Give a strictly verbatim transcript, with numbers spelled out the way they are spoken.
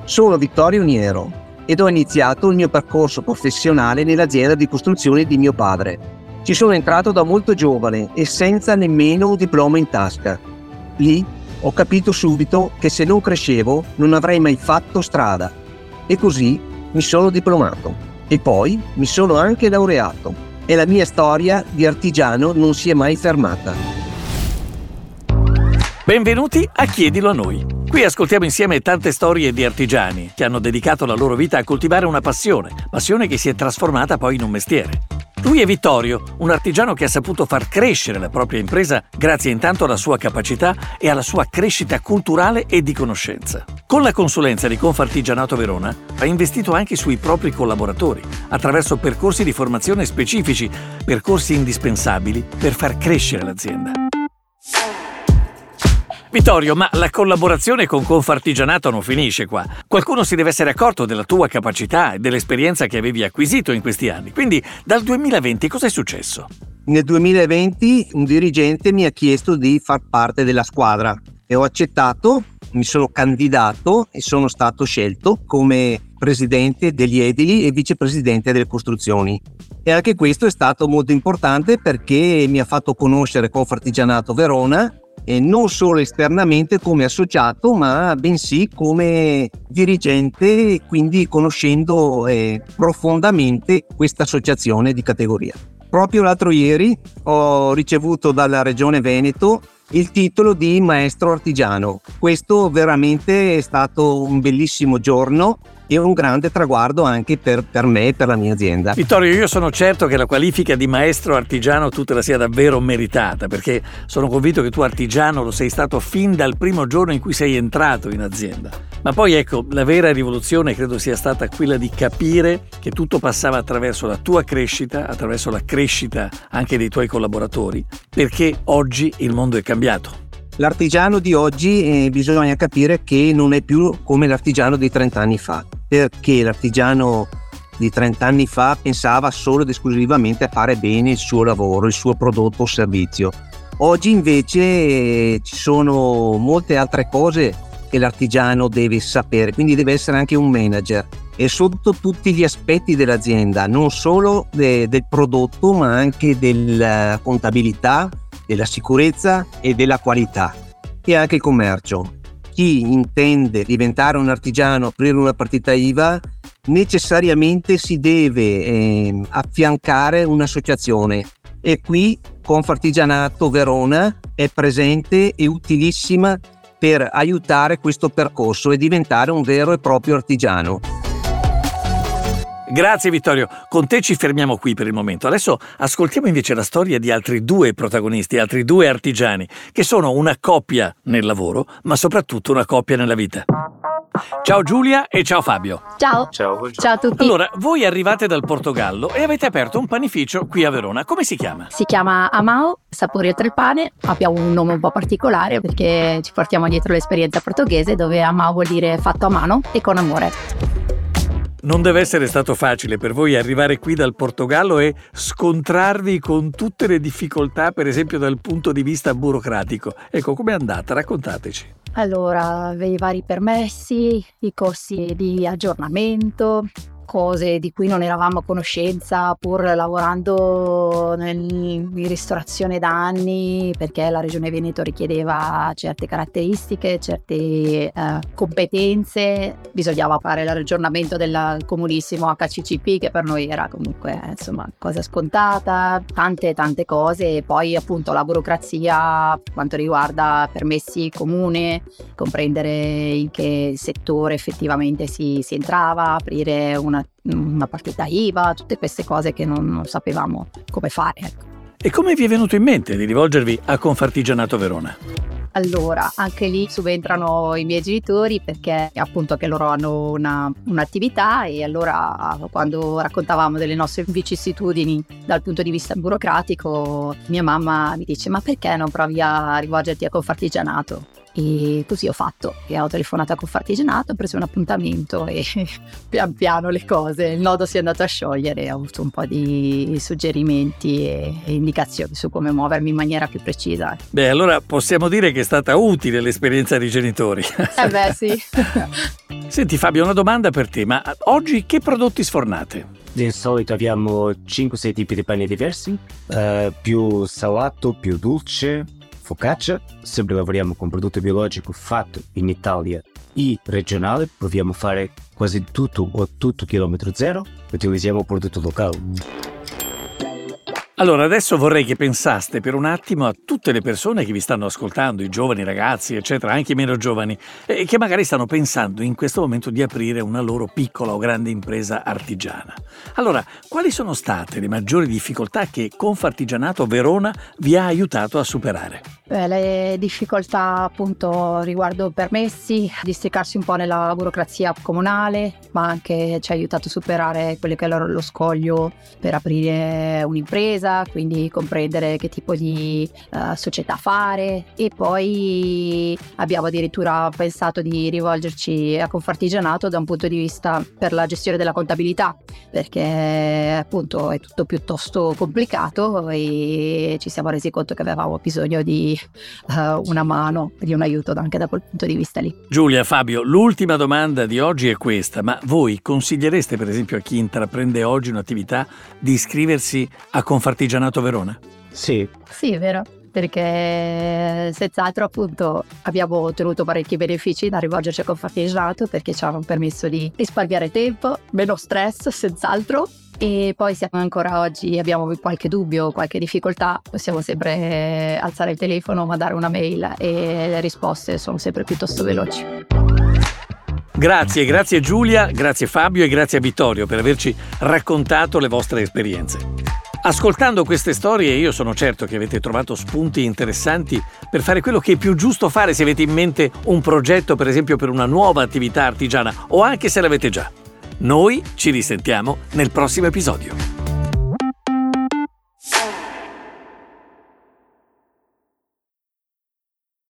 Sono Vittorio Niero ed ho iniziato il mio percorso professionale nell'azienda di costruzione di mio padre. Ci sono entrato da molto giovane e senza nemmeno un diploma in tasca. Lì ho capito subito che se non crescevo non avrei mai fatto strada e così mi sono diplomato e poi mi sono anche laureato e la mia storia di artigiano non si è mai fermata. Benvenuti a Chiedilo a noi. Qui ascoltiamo insieme tante storie di artigiani che hanno dedicato la loro vita a coltivare una passione, passione che si è trasformata poi in un mestiere. Lui è Vittorio, un artigiano che ha saputo far crescere la propria impresa grazie intanto alla sua capacità e alla sua crescita culturale e di conoscenza. Con la consulenza di Confartigianato Verona ha investito anche sui propri collaboratori, attraverso percorsi di formazione specifici, percorsi indispensabili per far crescere l'azienda. Vittorio, ma la collaborazione con Confartigianato non finisce qua. Qualcuno si deve essere accorto della tua capacità e dell'esperienza che avevi acquisito in questi anni. Quindi dal duemilaventi cosa è successo? Nel duemilaventi un dirigente mi ha chiesto di far parte della squadra e ho accettato, mi sono candidato e sono stato scelto come presidente degli edili e vicepresidente delle costruzioni. E anche questo è stato molto importante perché mi ha fatto conoscere Confartigianato Verona, e non solo esternamente come associato, ma bensì come dirigente, quindi conoscendo eh, profondamente questa associazione di categoria. Proprio l'altro ieri ho ricevuto dalla Regione Veneto il titolo di maestro artigiano. Questo veramente è stato un bellissimo giorno e un grande traguardo anche per, per me e per la mia azienda. Vittorio, io sono certo che la qualifica di maestro artigiano tu te la sia davvero meritata, perché sono convinto che tu artigiano lo sei stato fin dal primo giorno in cui sei entrato in azienda. Ma poi ecco, la vera rivoluzione credo sia stata quella di capire che tutto passava attraverso la tua crescita, attraverso la crescita anche dei tuoi collaboratori, perché oggi il mondo è cambiato. L'artigiano di oggi eh, bisogna capire che non è più come l'artigiano di trenta anni fa, perché l'artigiano di trenta anni fa pensava solo ed esclusivamente a fare bene il suo lavoro, il suo prodotto o servizio. Oggi invece eh, ci sono molte altre cose che l'artigiano deve sapere, quindi deve essere anche un manager e sotto tutti gli aspetti dell'azienda, non solo de- del prodotto ma anche della contabilità, della sicurezza e della qualità e anche il commercio. Chi intende diventare un artigiano, aprire una partita I V A, necessariamente si deve eh, affiancare un'associazione e qui Confartigianato Verona è presente e utilissima per aiutare questo percorso e diventare un vero e proprio artigiano. Grazie Vittorio, con te ci fermiamo qui per il momento. Adesso ascoltiamo invece la storia di altri due protagonisti, altri due artigiani, che sono una coppia nel lavoro, ma soprattutto una coppia nella vita. Ciao Giulia e ciao Fabio. Ciao. Ciao. Ciao a tutti. Allora, voi arrivate dal Portogallo e avete aperto un panificio qui a Verona. Come si chiama? Si chiama Amao, sapori oltre il pane. Abbiamo un nome un po' particolare perché ci portiamo dietro l'esperienza portoghese, dove Amao vuol dire fatto a mano e con amore. Non deve essere stato facile per voi arrivare qui dal Portogallo e scontrarvi con tutte le difficoltà, per esempio dal punto di vista burocratico. Ecco, com'è andata? Raccontateci. Allora, i vari permessi, i costi di aggiornamento, cose di cui non eravamo a conoscenza pur lavorando nel, in ristorazione da anni, perché la Regione Veneto richiedeva certe caratteristiche, certe eh, competenze. Bisognava fare l'aggiornamento del comunissimo H C C P, che per noi era comunque insomma cosa scontata, tante tante cose. E poi appunto la burocrazia per quanto riguarda permessi comune, comprendere in che settore effettivamente si, si entrava, aprire una una partita I V A, tutte queste cose che non, non sapevamo come fare, ecco. E come vi è venuto in mente di rivolgervi a Confartigianato Verona? Allora, anche lì subentrano i miei genitori, perché appunto che loro hanno una, un'attività, e allora quando raccontavamo delle nostre vicissitudini dal punto di vista burocratico, mia mamma mi dice: ma perché non provi a rivolgerti a Confartigianato? E così ho fatto, e ho telefonato a Confartigianato, ho preso un appuntamento e pian piano le cose, il nodo si è andato a sciogliere, ho avuto un po' di suggerimenti e, e indicazioni su come muovermi in maniera più precisa. Beh, allora possiamo dire che è stata utile l'esperienza dei genitori. Eh beh, sì. Senti Fabio, una domanda per te, ma oggi che prodotti sfornate? Di solito abbiamo cinque sei tipi di pani diversi, eh, più salato, più dolce, focaccia. Sempre lavoriamo con prodotto biologico fatto in Italia e regionale. Proviamo a fare quasi tutto o tutto chilometro zero. Utilizziamo prodotto locale. Allora, adesso vorrei che pensaste per un attimo a tutte le persone che vi stanno ascoltando, i giovani ragazzi, eccetera, anche i meno giovani, e che magari stanno pensando in questo momento di aprire una loro piccola o grande impresa artigiana. Allora, quali sono state le maggiori difficoltà che Confartigianato Verona vi ha aiutato a superare? Beh, le difficoltà appunto riguardo permessi, districarsi un po' nella burocrazia comunale, ma anche ci ha aiutato a superare quello che è lo scoglio per aprire un'impresa, quindi comprendere che tipo di uh, società fare, e poi abbiamo addirittura pensato di rivolgerci a Confartigianato da un punto di vista per la gestione della contabilità, perché appunto è tutto piuttosto complicato e ci siamo resi conto che avevamo bisogno di uh, una mano, di un aiuto anche da quel punto di vista lì. Giulia, Fabio, l'ultima domanda di oggi è questa, ma voi consigliereste per esempio a chi intraprende oggi un'attività di iscriversi a Confartigianato Verona? Sì. Sì, è vero, perché senz'altro appunto abbiamo ottenuto parecchi benefici da rivolgerci a Confartigianato, perché ci hanno permesso di risparmiare tempo, meno stress senz'altro, e poi se ancora oggi abbiamo qualche dubbio, qualche difficoltà, possiamo sempre alzare il telefono, mandare una mail e le risposte sono sempre piuttosto veloci. Grazie, grazie Giulia, grazie Fabio e grazie a Vittorio per averci raccontato le vostre esperienze. Ascoltando queste storie io sono certo che avete trovato spunti interessanti per fare quello che è più giusto fare se avete in mente un progetto, per esempio per una nuova attività artigiana, o anche se l'avete già. Noi ci risentiamo nel prossimo episodio.